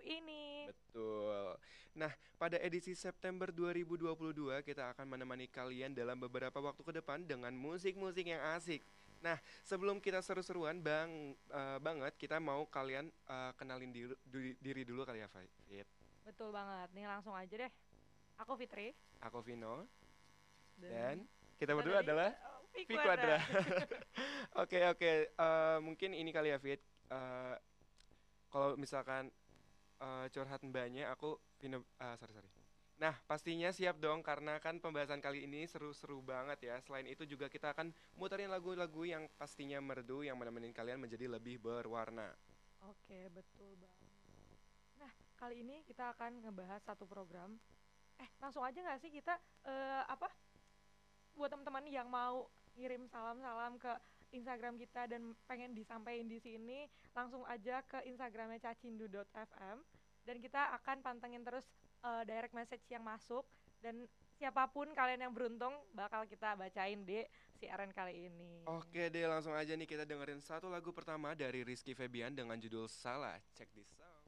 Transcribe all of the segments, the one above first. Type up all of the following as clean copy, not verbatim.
ini. Betul. Nah, pada edisi September 2022 kita akan menemani kalian dalam beberapa waktu ke depan dengan musik-musik yang asik. Nah, sebelum kita seru-seruan banget, kita mau kalian kenalin diri dulu kali ya, Fit. Betul banget. Nih langsung aja deh. Aku Fitri Aku Vino dan dan kita kita berdua dari adalah V V Quadra. Quadra. Oke, oke. Mungkin ini kali ya, Fit. Kalau misalkan curhat mbaknya, aku Vino, sorry. Nah, pastinya siap dong karena kan pembahasan kali ini seru-seru banget ya. Selain itu juga kita akan muterin lagu-lagu yang pastinya merdu yang menemenin kalian menjadi lebih berwarna. Oke, betul banget. Nah, kali ini kita akan ngebahas satu program. Langsung aja nggak sih kita apa buat teman-teman yang mau ngirim salam-salam ke Instagram kita dan pengen disampaikan di sini, langsung aja ke Instagramnya cacindu.fm dan kita akan pantengin terus direct message yang masuk dan siapapun kalian yang beruntung bakal kita bacain di siaran kali ini. Oke deh, langsung aja nih kita dengerin satu lagu pertama dari Rizky Febian dengan judul Salah. Check this song.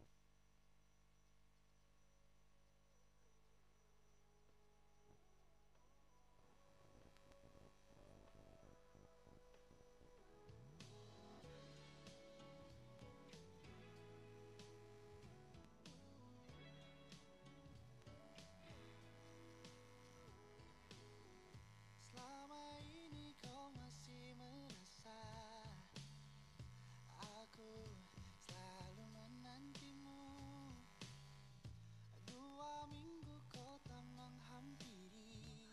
Selama ini kau masih merasa aku selalu menantimu. 2 minggu kau tak menghampiri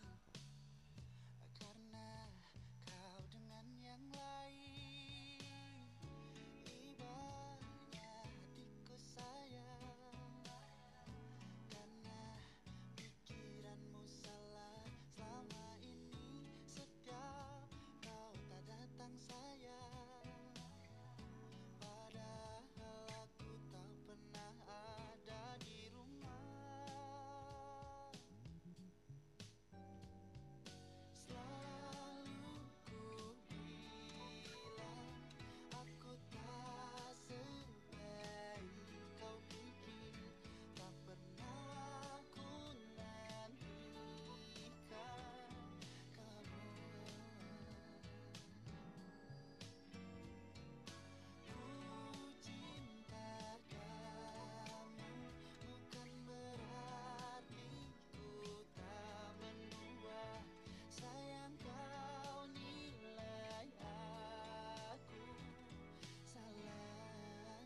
karena kau dengan yang lain. Ibanya hatiku sayang karena pikiranmu salah selama ini. Setiap kau tak datang sayang, padahal aku tak pernah ada di rumah. Selalu ku bilang aku tak sebaik kau pikir. Tak pernah ku nantikan kamu. Ku cinta kamu bukan berarti ku tak mendua. Sayang kau nilai aku salah.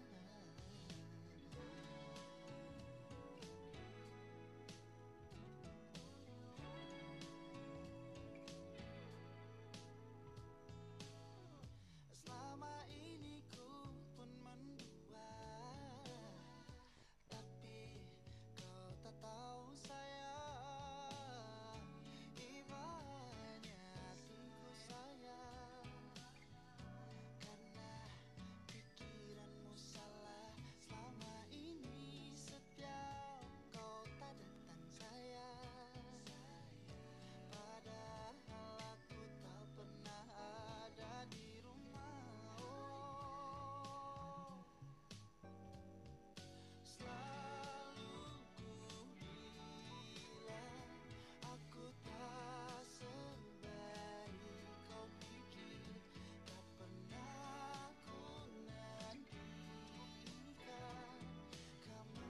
Selama ini ku pun mendua, tapi kau tak tahu sayang. Ibanya hatiku sayang karena pikiranmu salah selama ini. Setiap kau tak datang sayang, padahal aku tak pernah ada di rumah. Oh, selalu ku bilang aku tak sebaik kau pikir. Tak pernah ku nantikan kamu.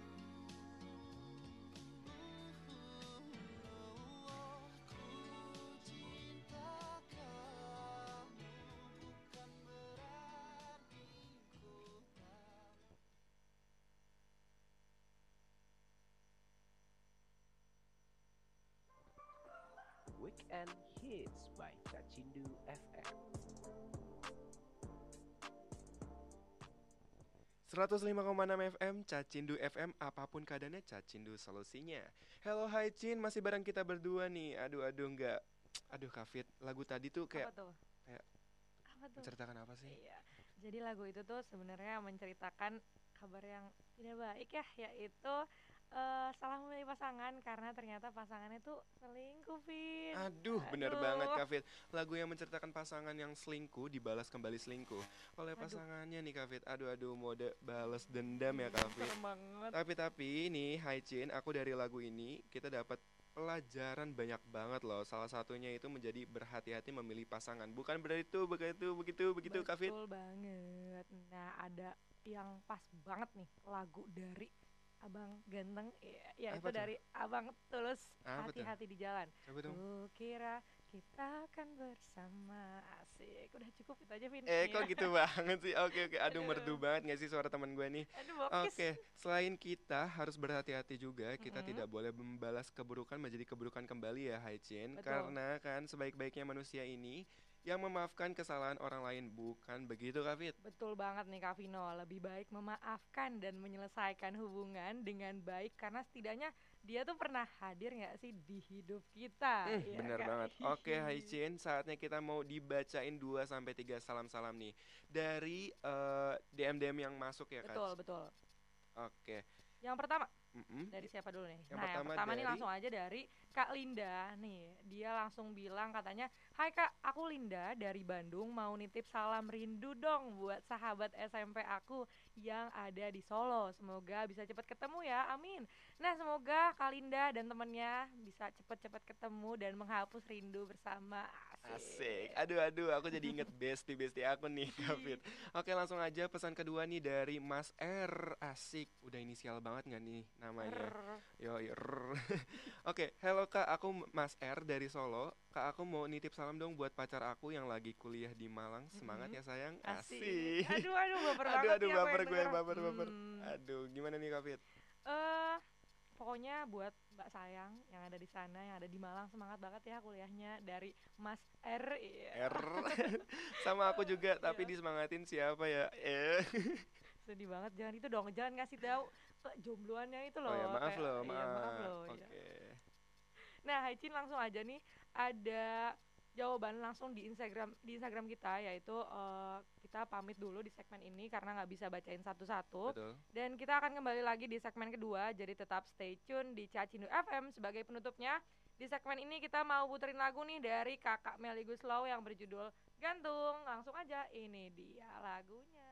Ku cinta kamu bukan berarti ku tak. Weekend Hits by Cacindu FM. 105,6 FM, Cacindu FM, apapun keadaannya Cacindu solusinya. Hello, hai Cin, masih bareng kita berdua nih. Aduh, enggak. Aduh, Kak Fit, lagu tadi tuh Apa kayak tuh? kayak Apa tuh? menceritakan apa sih? Iya. Jadi lagu itu tuh sebenarnya menceritakan kabar yang tidak baik ya, yaitu salah memilih pasangan karena ternyata pasangannya tuh selingkuh, Vin. Aduh, bener banget Kak Fit. Lagu yang menceritakan pasangan yang selingkuh dibalas kembali selingkuh oleh Aduh, pasangannya nih Kak Fit. Aduh, mode balas dendam ya Kak Fit. serem banget. Tapi nih, Haicin, aku dari lagu ini kita dapat pelajaran banyak banget loh. Salah satunya itu menjadi berhati-hati memilih pasangan. Bukan berarti itu begitu Kak Fit. Betul banget. Nah, ada yang pas banget nih lagu dari Abang Ganteng, ya itu Apa tuh? dari Abang Tulus, Apa tuh? hati-hati di jalan. Coba dong. Kukira kita akan bersama, asik. Udah cukup itu aja, Vin. Kok Iya. gitu banget sih? Oke. Aduh, merdu Aduh, banget gak sih suara teman gue nih? aduh bokis. Oke, selain kita harus berhati-hati juga, kita Mm-mm, tidak boleh membalas keburukan menjadi keburukan kembali ya, Haicin. betul. Karena kan sebaik-baiknya manusia ini yang memaafkan kesalahan orang lain, bukan begitu, Kak Fit? Betul banget nih Kak Vino, lebih baik memaafkan dan menyelesaikan hubungan dengan baik karena setidaknya dia tuh pernah hadir nggak sih di hidup kita, ya Bener Kak? banget. Oke, Haicin, saatnya kita mau dibacain 2 sampai 3 salam-salam nih dari DM-DM yang masuk ya, Kak. Betul, betul. Oke. Yang pertama, Mm-mm. dari siapa dulu nih? Yang Nah, yang pertama pertama nih dari langsung aja dari Kak Linda nih. Dia langsung bilang katanya, "Hai Kak, aku Linda dari Bandung mau nitip salam rindu dong buat sahabat SMP aku yang ada di Solo. Semoga bisa cepat ketemu ya. Amin." Nah, semoga Kak Linda dan temennya bisa cepat-cepat ketemu dan menghapus rindu bersama. Asik. Asik. Aduh, aku jadi inget bestie aku nih, Kak Fit. Oke, langsung aja pesan kedua nih dari Mas R. Asik. Udah inisial banget nggak nih namanya? Rrrr. Yo, Oke, hello Kak, aku Mas R dari Solo. Kak, aku mau nitip salam dong buat pacar aku yang lagi kuliah di Malang. Semangat Mm-mm. ya sayang. Asik. Asik. Aduh, baper banget Aduh, nih aku baper yang gue, denger. baper. Aduh, gimana nih Kak Fit? Eh, pokoknya buat Mbak Sayang yang ada di sana, yang ada di Malang, semangat banget ya kuliahnya dari Mas R. Iya. R. Sama aku juga, tapi Iya. disemangatin siapa ya? Sedih banget. Jangan itu dong, jangan ngasih tahu ke jombloannya itu Oh ya, loh. maaf Kayak loh, iya, maaf maaf. loh ya. Oke. Nah, Haicin langsung aja nih ada jawaban langsung di Instagram kita, yaitu kita pamit dulu di segmen ini karena nggak bisa bacain satu-satu, Betul. dan kita akan kembali lagi di segmen kedua, jadi tetap stay tune di Cacindu FM. Sebagai penutupnya di segmen ini kita mau puterin lagu nih dari Kakak Melly Guslow yang berjudul Gantung. Langsung aja, ini dia lagunya.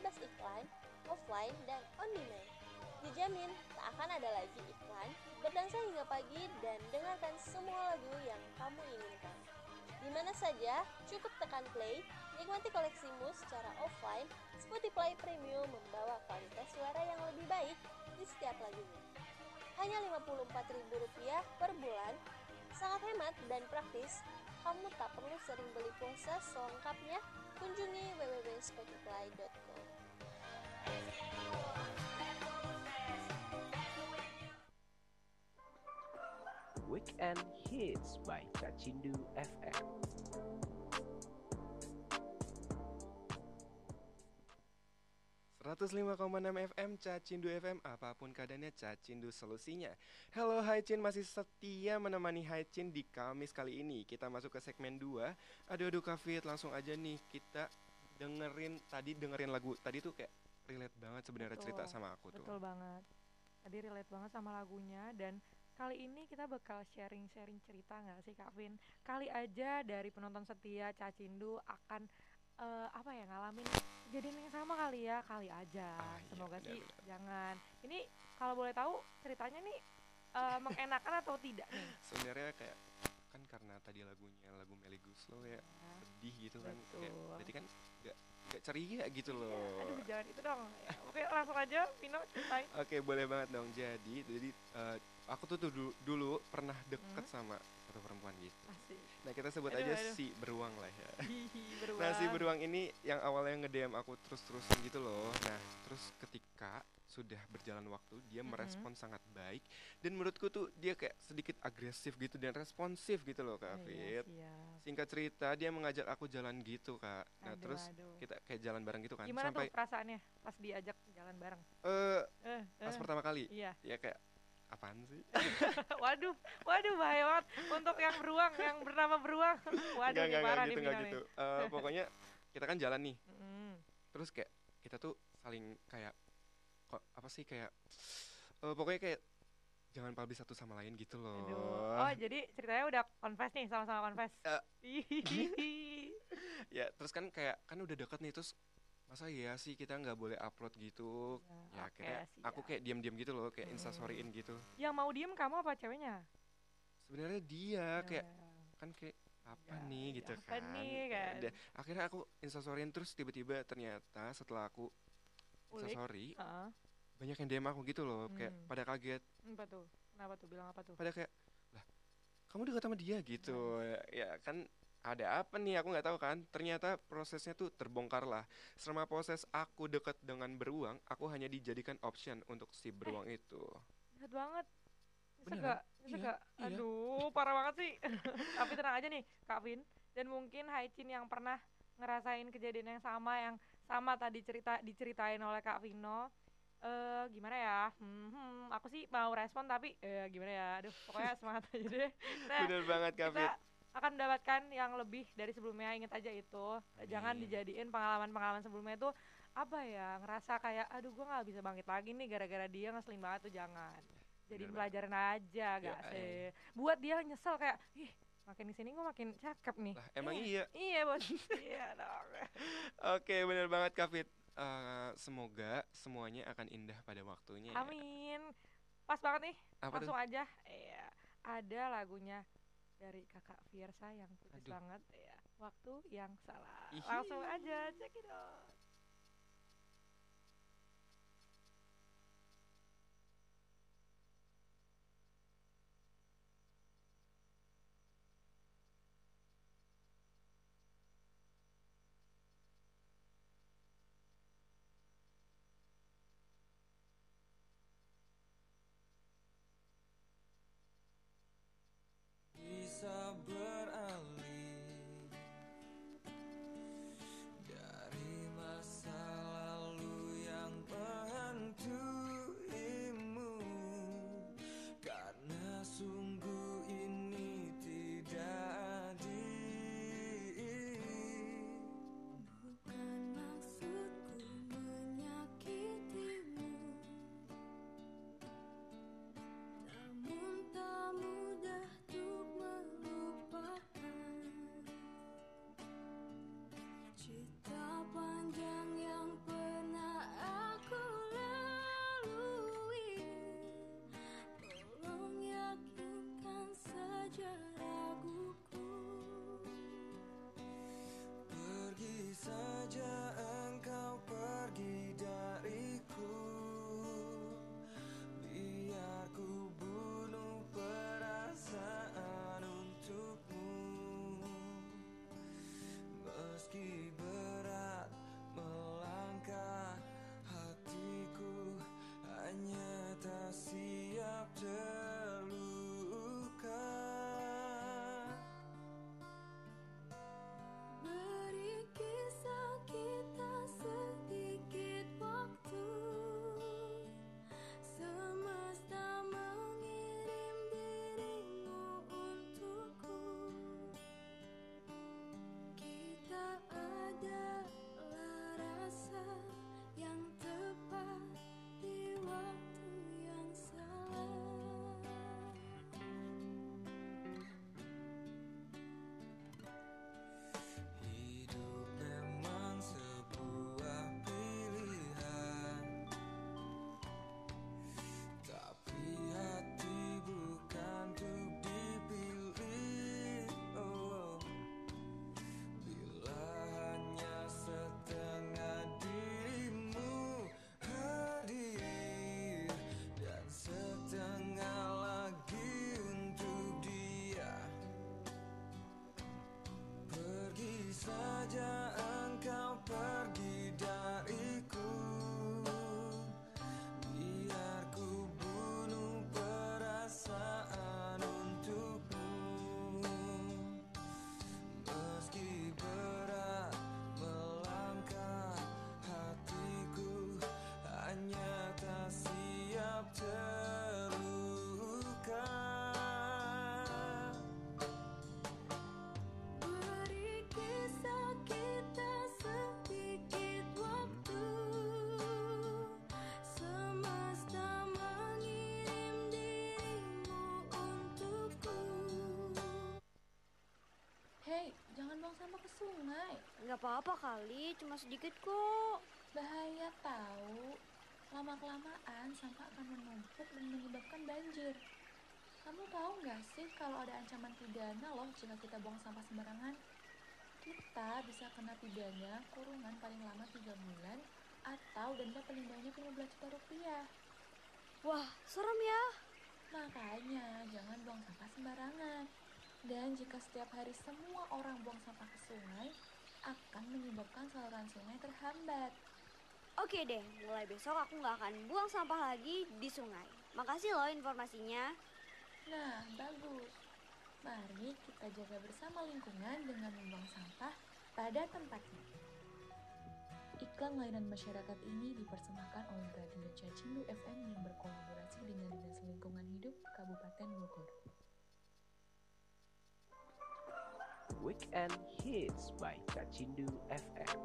bebas iklan, offline, dan on demand. Dijamin tak akan ada lagi iklan, berdansa hingga pagi dan dengarkan semua lagu yang kamu inginkan. Di mana saja, cukup tekan play, nikmati koleksimu secara offline. Spotify Premium membawa kualitas suara yang lebih baik di setiap lagunya. Hanya Rp54.000 per bulan, sangat hemat dan praktis. Kamu tak perlu sering beli pulsa selengkapnya. Kunjungi www.spotify.com. Weekend Hits by Cacindu FM. .6 FM Cacindu FM, apapun keadaannya Cacindu solusinya. Hello Haicin, masih setia menemani Haicin di Kamis kali ini. Kita masuk ke segmen 2. Aduh Kak, langsung aja nih kita dengerin lagu. Tadi tuh kayak relate banget sebenarnya cerita sama aku tuh. Betul banget. Tadi relate banget sama lagunya, dan kali ini kita bakal sharing-sharing cerita nggak sih Kak Vin? Kali aja dari penonton setia Cacindu akan ngalamin kejadian yang sama kali ya, kali aja. Semoga iya, sih benar. jangan. Ini kalau boleh tahu ceritanya nih mengenakan atau tidak nih? Sebenarnya kayak kan karena tadi lagu Melly Goeslaw ya, sedih gitu kan. Kayak, Betul. berarti kan gak ceria gitu loh. Aduh jangan itu dong. Ya, oke langsung aja Vino ceritain. Oke, boleh banget dong. Jadi aku tuh dulu pernah deket sama satu perempuan gitu. Asik. Nah, kita sebut Aduh, aja aduh. si Beruang lah ya. Hihi, beruang. Nah, si Beruang ini yang awalnya nge-DM aku terus-terusan gitu loh. Nah, terus ketika sudah berjalan waktu, dia merespon sangat baik. Dan menurutku tuh dia kayak sedikit agresif gitu dan responsif gitu loh, Kak Fit. Siap. Singkat cerita, dia mengajak aku jalan gitu, Kak. Nah, Aduh, terus aduh. kita kayak jalan bareng gitu kan. Gimana Sampai tuh perasaannya pas diajak jalan bareng? pas pertama kali, Iya. ya kayak apaan sih? Waduh bahaya banget untuk yang beruang, yang bernama beruang. Waduh, Enggak, nih parah nih gitu, Vino enggak nih. gitu. Pokoknya kita kan jalan nih. Mm. Terus kayak kita tuh saling kayak kok apa sih kayak pokoknya kayak jangan publish satu sama lain gitu loh. Aduh. Oh, jadi ceritanya udah confess nih, sama-sama confess. Ya, terus kan kayak kan udah deket nih, terus masa iya sih kita nggak boleh upload gitu. Ya, oke, kayak aku siap. kayak diam-diam gitu loh, kayak instastoryin gitu. Yang mau diem kamu apa ceweknya? Sebenarnya dia kayak Ya. kan kayak apa Ya, nih gitu apa kan. nih, Ya kan. udah, akhirnya aku instastoryin, terus tiba-tiba ternyata setelah aku Ulik. instastory Heeh. banyak yang DM aku gitu loh, kayak pada kaget, Apa tuh? Kenapa tuh? Bilang apa tuh? pada kayak lah kamu dekat sama dia gitu. Ya kan ada apa nih, aku nggak tahu kan. Ternyata prosesnya tuh terbongkar lah. Selama proses aku dekat dengan Beruang, aku hanya dijadikan option untuk si Beruang itu. Jahat banget. Bisa Beneran? gak? Bisa Iya, gak? iya. Aduh, parah banget sih. Tapi tenang aja nih, Kak Vin. Dan mungkin Haicin yang pernah ngerasain kejadian yang sama tadi diceritain oleh Kak Vino. Gimana ya? Aku sih mau respon tapi gimana ya? Aduh, pokoknya semangat aja deh. Nah, Bener banget Kak kita Fit. akan mendapatkan yang lebih dari sebelumnya. Ingat aja itu. Jangan dijadiin pengalaman-pengalaman sebelumnya itu apa ya, ngerasa kayak aduh gue nggak bisa bangkit lagi nih gara-gara dia, ngeselin banget tuh. Jangan, jadi Bener pelajaran aja gak sih, buat dia nyesel kayak ih makin di sini gue makin cakep nih. Lah, emang iya. Iya bos. Iya dong. Oke, bener banget Kak Fit. Semoga semuanya akan indah pada waktunya ya. Amin. Pas banget nih. Apa Langsung tuh? aja. Iya. Ada lagunya dari Kakak Fiersa yang putus Aduh. banget ya. Waktu yang salah. Ih. Langsung aja check it out. Bisa beralih dari masa saja engkau pergi dariku, biar ku bunuh perasaan untukmu. Meski berat melangkah, hatiku hanya tak siap terluka. Beri kisah kita sedikit waktu, semesta mengirim dirimu untukku. Hei, jangan buang sampah ke sungai. Nggak apa-apa kali, cuma sedikit kok. Bahaya tahu. Lama-kelamaan sampah akan menumpuk dan menyebabkan banjir. Kamu tahu nggak sih kalau ada ancaman pidana loh jika kita buang sampah sembarangan? Kita bisa kena pidana kurungan paling lama 3 bulan atau denda paling banyak 15 juta rupiah. Wah, serem ya. Makanya jangan buang sampah sembarangan. Dan jika setiap hari semua orang buang sampah ke sungai, akan menyebabkan saluran sungai terhambat. Oke deh, mulai besok aku nggak akan buang sampah lagi di sungai. Makasih loh informasinya. Nah, bagus. Mari kita jaga bersama lingkungan dengan membuang sampah pada tempatnya. Iklan layanan masyarakat ini dipersembahkan oleh Radio Cacindu FM yang berkolaborasi dengan Dinas Lingkungan Hidup Kabupaten Bogor. Weekend Hits by Cacindu FM.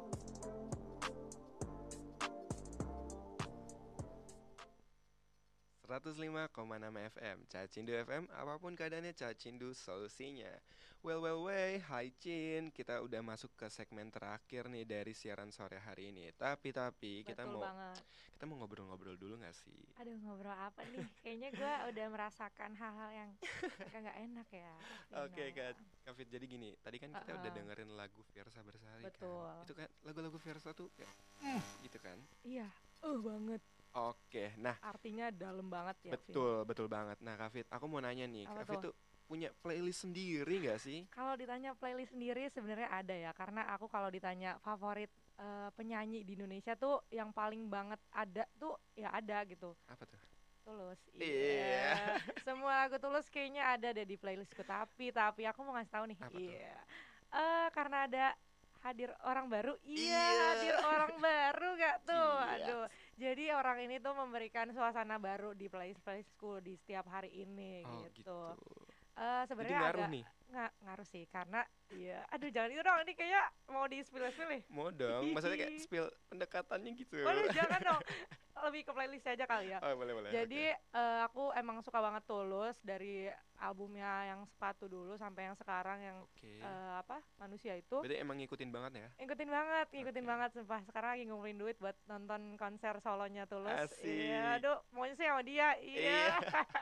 .6 FM, Cacindu FM, apapun keadaannya Cacindu solusinya. Well, hai Cin, kita udah masuk ke segmen terakhir nih dari siaran sore hari ini. Tapi kita Betul mau banget. ngobrol-ngobrol dulu nggak sih? Aduh, ngobrol apa nih? Kayaknya gue udah merasakan hal-hal yang agak nggak enak ya. Oke, Vina. Kak Fit, jadi gini, tadi kan kita udah Uh-uh. dengerin lagu Fiersa Bersari Betul. kan. Itu kan lagu-lagu Fiersa tuh kayak gitu kan. Iya, banget. Oke, nah Artinya dalam banget ya. Vin. betul banget. Nah Kak Fit, aku mau nanya nih, Apa Kak Fit tuh? tuh punya playlist sendiri nggak sih? Kalau ditanya playlist sendiri sebenarnya ada ya, karena aku kalau ditanya favorit penyanyi di Indonesia tuh yang paling banget ada tuh ya ada gitu. Apa tuh? Tulus. Iya. Semua lagu Tulus kayaknya ada deh di playlistku. Tapi aku mau ngasih tahu nih. Apa tuh? Iya. Karena ada hadir orang baru. Iya, Iya. hadir orang baru gak tuh? Iya. Aduh. Jadi orang ini tuh memberikan suasana baru di playlistku di setiap hari ini Oh gitu. gitu. Jadi Sebenarnya ngaruh agak nih. ngaruh sih karena iya, aduh jangan itu dong, ini kayak mau di-spill nih. Mau dong, maksudnya kayak spill pendekatannya gitu. Waduh, jangan dong. Lebih ke playlist aja kali ya. Oh, boleh. Jadi oke. aku emang suka banget Tulus dari albumnya yang Sepatu dulu sampai yang sekarang yang Oke. Manusia itu. Berarti emang ngikutin banget ya? Ngikutin Oke. banget sumpah. Sekarang lagi ngumpulin duit buat nonton konser solonya Tulus. Asik. Iya, aduh, maunya sih sama dia. Iya.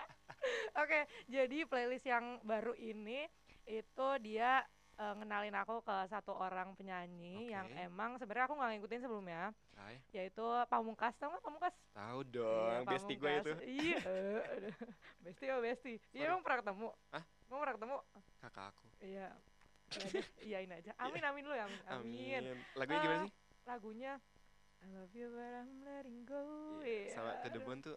Oke, jadi playlist yang baru ini itu dia ngenalin aku ke satu orang penyanyi Oke. yang emang sebenarnya aku nggak ngikutin sebelumnya, Hai. yaitu Pamungkas. Tau nggak Pamungkas? Tahu dong, Iya, bestie gue itu. Pamungkas. Iya, aduh. Bestie. Dia Sorry. emang pernah ketemu? Hah? Emang pernah ketemu? Kakak aku. Iya. Ya udah, iyain aja. Amin dulu ya, amin. Lagunya gimana Eh, sih? Lagunya I love you but I'm letting go. Iya, sama To The aduh. Bone tuh.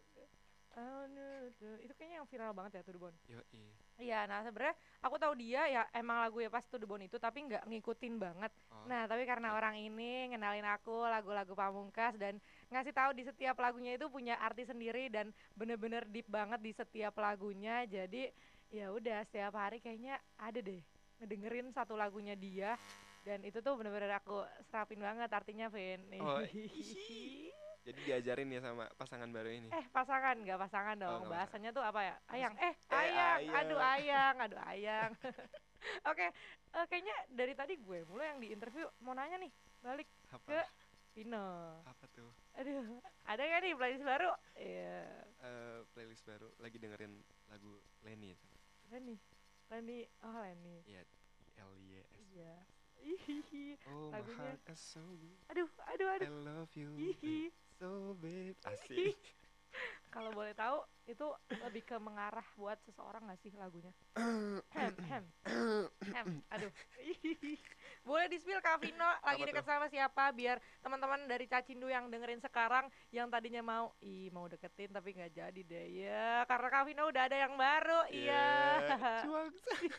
Itu kayaknya yang viral banget ya To The Bone. Yoi. Iya, nah sebenarnya aku tahu dia ya emang lagu ya pas To The Bone itu, tapi nggak ngikutin banget. Oh. Nah, tapi karena orang ini ngenalin aku lagu-lagu Pamungkas dan ngasih tahu di setiap lagunya itu punya arti sendiri dan bener-bener deep banget di setiap lagunya. Jadi ya udah setiap hari kayaknya ada deh ngedengerin satu lagunya dia dan itu tuh bener-bener aku serapin banget artinya, Vin. Oh, Jadi diajarin ya sama pasangan baru ini. Pasangan, nggak pasangan dong. nggak Bahasanya tuh apa ya? Ayang. ayang. Aduh ayang. Oke, kayaknya dari tadi gue mulai yang di interview mau nanya nih, balik Apa? ke Vino. Apa tuh? Aduh, ada nggak nih playlist baru? Iya, Playlist baru lagi dengerin lagu Lenny. Lenny. Oh Lenny. Iya, LYS. Iya. Ihihi. Oh, Lagunya. my heart is so good. Aduh. I love you. Hihi. So babe. Asik. Kalau boleh tahu itu lebih ke mengarah buat seseorang nggak sih lagunya? Aduh. Boleh di-spill Kak Vino lagi Apa deket tuh? sama siapa biar teman-teman dari Cacindu yang dengerin sekarang yang tadinya mau deketin tapi nggak jadi deh ya karena Kak Vino udah ada yang baru. Iya. Cuang.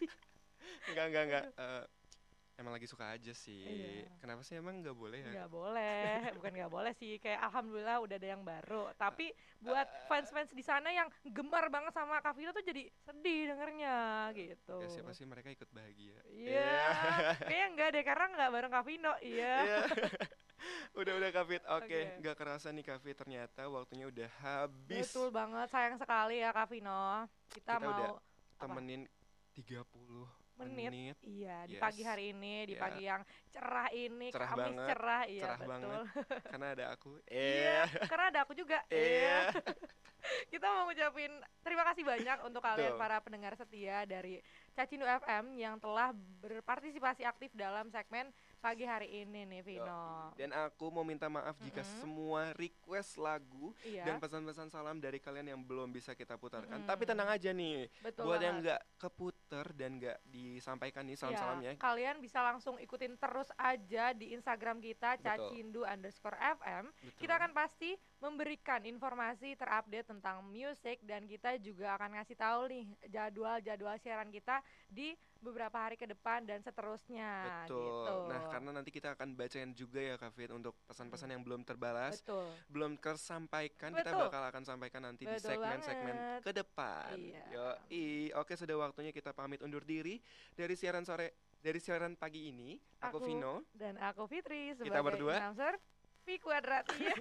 Enggak. Emang lagi suka aja sih. Iya. Kenapa sih emang nggak boleh ya? Nggak boleh, bukan nggak boleh sih. Kayak alhamdulillah udah ada yang baru. Tapi buat fans-fans di sana yang gemar banget sama Kak Vino tuh jadi sedih dengernya gitu. Ya siapa sih mereka ikut bahagia. Iya, kayaknya enggak deh karena nggak bareng Kak Vino. Iya. Iya. Udah Kak Fit. Oke, Oke. nggak kerasa nih Kak Fit, ternyata waktunya udah habis. Betul banget, sayang sekali ya Kak Vino. Kita Kita udah mau temenin 30 menit. Iya, di Yes. pagi hari ini, di Ya. pagi yang cerah ini, Cerah Kamis banget, cerah, iya cerah betul. banget. Karena ada aku. Iya, karena ada aku juga. Iya. Kita mau ngucapin terima kasih banyak untuk kalian Betul. para pendengar setia dari Cacindu FM yang telah berpartisipasi aktif dalam segmen pagi hari ini nih Vino. Dan aku mau minta maaf jika semua request lagu Iya, dan pesan-pesan salam dari kalian yang belum bisa kita putarkan. Mm-mm. Tapi tenang aja nih, betul buat yang banget. nggak keputer dan nggak disampaikan nih Iya, salam-salamnya. kalian bisa langsung ikutin terus aja di Instagram kita Betul. cacindu_fm. Betul. Kita akan pasti memberikan informasi terupdate tentang musik dan kita juga akan ngasih tahu nih jadwal-jadwal siaran kita di beberapa hari ke depan dan seterusnya Betul. gitu. Nah, karena nanti kita akan bacain juga ya Kak Fit untuk pesan-pesan yang belum terbalas, Betul. belum tersampaikan, kita Betul. bakal akan sampaikan nanti di Betul segmen-segmen banget. ke depan. Iya. Yoi. Oke, sudah waktunya kita pamit undur diri dari siaran pagi ini. Aku Aku Vino. Dan aku Fitri Kita sebagai berdua. announcer V Kuadrat. Iya.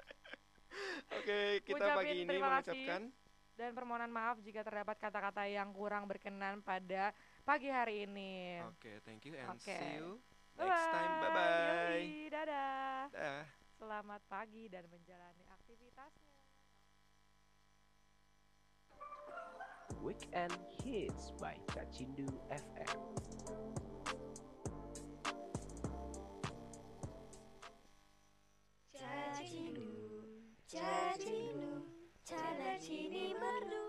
Oke, kita Ngucapin pagi ini terima kasih. mengucapkan Dan permohonan maaf jika terdapat kata-kata yang kurang berkenan pada pagi hari ini. Oke, thank you and Oke. see you next time. Bye-bye. Yoi, dadah. Dah. Selamat pagi dan menjalani aktivitasnya. Weekend Hits by Cacindu FM. Cacindu, Cacindu, Cana Cini Merdu.